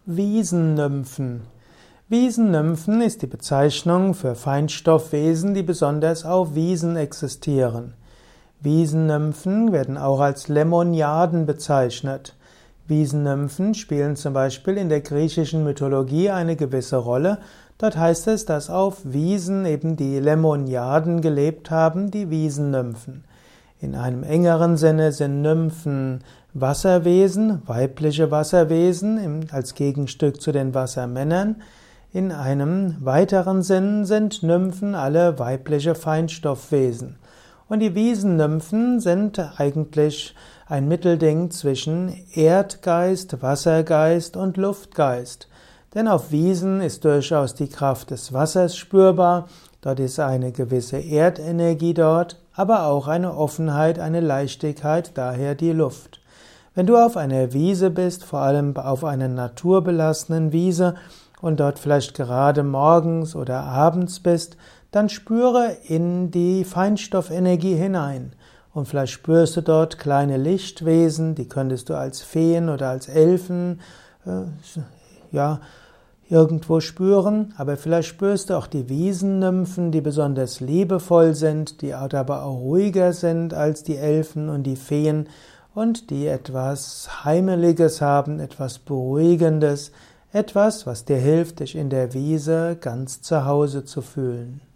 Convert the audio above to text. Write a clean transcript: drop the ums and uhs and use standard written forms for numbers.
Wiesennymphen. Wiesennymphen ist die Bezeichnung für Feinstoffwesen, die besonders auf Wiesen existieren. Wiesennymphen werden auch als Lemoniaden bezeichnet. Wiesennymphen spielen zum Beispiel in der griechischen Mythologie eine gewisse Rolle. Dort heißt es, dass auf Wiesen eben die Lemoniaden gelebt haben, die Wiesennymphen. In einem engeren Sinne sind Nymphen Wasserwesen, weibliche Wasserwesen, als Gegenstück zu den Wassermännern. In einem weiteren Sinn sind Nymphen alle weibliche Feinstoffwesen. Und die Wiesennymphen sind eigentlich ein Mittelding zwischen Erdgeist, Wassergeist und Luftgeist. Denn auf Wiesen ist durchaus die Kraft des Wassers spürbar, dort ist eine gewisse Erdenergie dort, aber auch eine Offenheit, eine Leichtigkeit, daher die Luft. Wenn du auf einer Wiese bist, vor allem auf einer naturbelassenen Wiese und dort vielleicht gerade morgens oder abends bist, dann spüre in die Feinstoffenergie hinein. Und vielleicht spürst du dort kleine Lichtwesen, die könntest du als Feen oder als Elfen irgendwo spüren, aber vielleicht spürst du auch die Wiesennymphen, die besonders liebevoll sind, die aber auch ruhiger sind als die Elfen und die Feen und die etwas Heimeliges haben, etwas Beruhigendes, etwas, was dir hilft, dich in der Wiese ganz zu Hause zu fühlen.